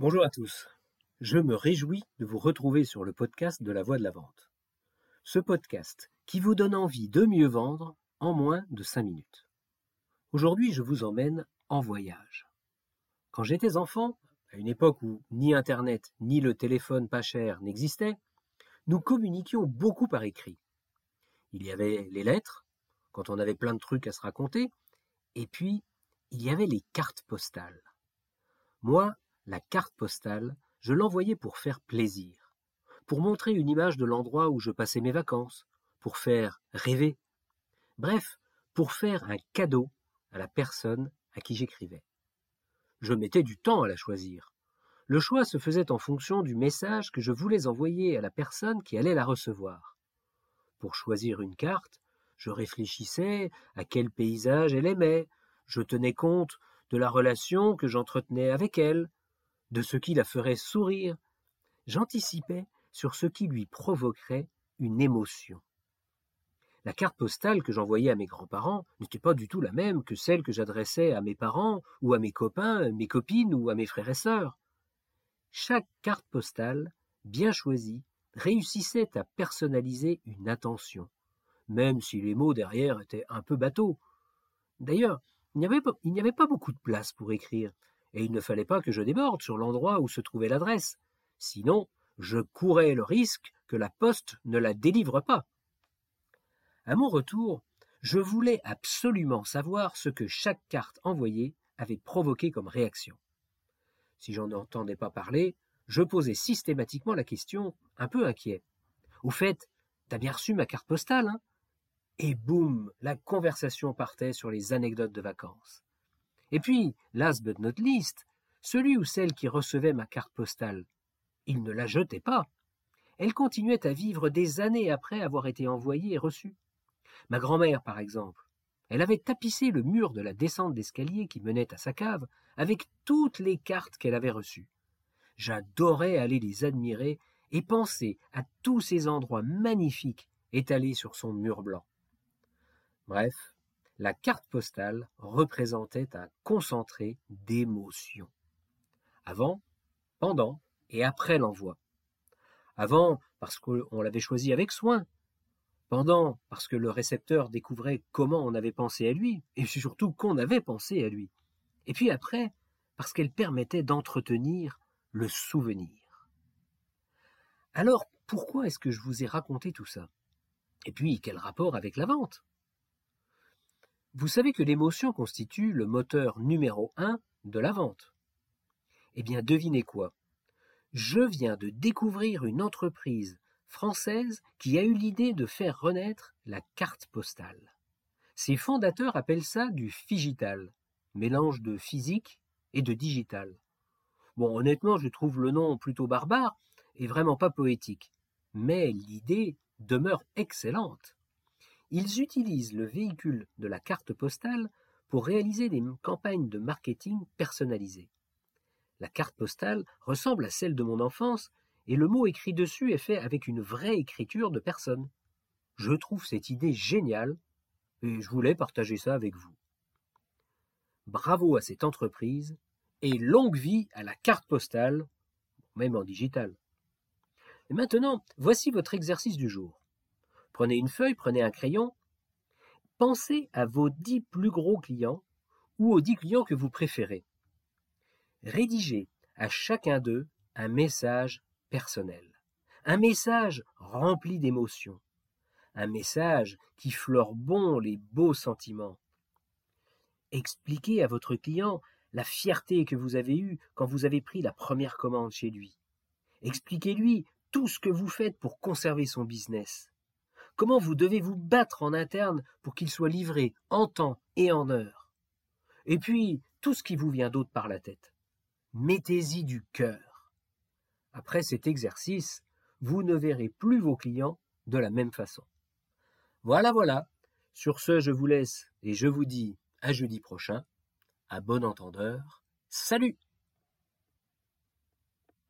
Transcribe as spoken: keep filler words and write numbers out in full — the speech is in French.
Bonjour à tous, je me réjouis de vous retrouver sur le podcast de la Voix de la Vente. Ce podcast qui vous donne envie de mieux vendre en moins de cinq minutes. Aujourd'hui, je vous emmène en voyage. Quand j'étais enfant, à une époque où ni Internet ni le téléphone pas cher n'existaient, nous communiquions beaucoup par écrit. Il y avait les lettres, quand on avait plein de trucs à se raconter, et puis il y avait les cartes postales. Moi, la carte postale, je l'envoyais pour faire plaisir, pour montrer une image de l'endroit où je passais mes vacances, pour faire rêver. Bref, pour faire un cadeau à la personne à qui j'écrivais. Je mettais du temps à la choisir. Le choix se faisait en fonction du message que je voulais envoyer à la personne qui allait la recevoir. Pour choisir une carte, je réfléchissais à quel paysage elle aimait, je tenais compte de la relation que j'entretenais avec elle, de ce qui la ferait sourire. J'anticipais sur ce qui lui provoquerait une émotion. La carte postale que j'envoyais à mes grands-parents n'était pas du tout la même que celle que j'adressais à mes parents ou à mes copains, mes copines ou à mes frères et sœurs. Chaque carte postale, bien choisie, réussissait à personnaliser une attention, même si les mots derrière étaient un peu bateaux. D'ailleurs, il n'y avait pas, il n'y avait pas beaucoup de place pour écrire, et il ne fallait pas que je déborde sur l'endroit où se trouvait l'adresse. Sinon, je courais le risque que la poste ne la délivre pas. À mon retour, je voulais absolument savoir ce que chaque carte envoyée avait provoqué comme réaction. Si j'en entendais pas parler, je posais systématiquement la question, un peu inquiet. « Au fait, t'as bien reçu ma carte postale, hein ?» Et boum, la conversation partait sur les anecdotes de vacances. Et puis, last but not least, celui ou celle qui recevait ma carte postale, il ne la jetait pas. Elle continuait à vivre des années après avoir été envoyée et reçue. Ma grand-mère, par exemple, elle avait tapissé le mur de la descente d'escalier qui menait à sa cave avec toutes les cartes qu'elle avait reçues. J'adorais aller les admirer et penser à tous ces endroits magnifiques étalés sur son mur blanc. Bref, la carte postale représentait un concentré d'émotions. Avant, pendant et après l'envoi. Avant, parce qu'on l'avait choisi avec soin. Pendant, parce que le récepteur découvrait comment on avait pensé à lui, et surtout qu'on avait pensé à lui. Et puis après, parce qu'elle permettait d'entretenir le souvenir. Alors, pourquoi est-ce que je vous ai raconté tout ça? Et puis, quel rapport avec la vente? Vous savez que l'émotion constitue le moteur numéro un de la vente. Eh bien, devinez quoi? Je viens de découvrir une entreprise française qui a eu l'idée de faire renaître la carte postale. Ses fondateurs appellent ça du phygital, mélange de physique et de digital. Bon, honnêtement, je trouve le nom plutôt barbare et vraiment pas poétique. Mais l'idée demeure excellente. Ils utilisent le véhicule de la carte postale pour réaliser des campagnes de marketing personnalisées. La carte postale ressemble à celle de mon enfance et le mot écrit dessus est fait avec une vraie écriture de personne. Je trouve cette idée géniale et je voulais partager ça avec vous. Bravo à cette entreprise et longue vie à la carte postale, même en digital. Et maintenant, voici votre exercice du jour. Prenez une feuille, prenez un crayon, pensez à vos dix plus gros clients ou aux dix clients que vous préférez. Rédigez à chacun d'eux un message personnel, un message rempli d'émotions, un message qui fleure bon les beaux sentiments. Expliquez à votre client la fierté que vous avez eue quand vous avez pris la première commande chez lui. Expliquez-lui tout ce que vous faites pour conserver son business. Comment vous devez vous battre en interne pour qu'il soit livré en temps et en heure. Et puis, tout ce qui vous vient d'autre par la tête. Mettez-y du cœur. Après cet exercice, vous ne verrez plus vos clients de la même façon. Voilà, voilà. Sur ce, je vous laisse et je vous dis à jeudi prochain. À bon entendeur. Salut!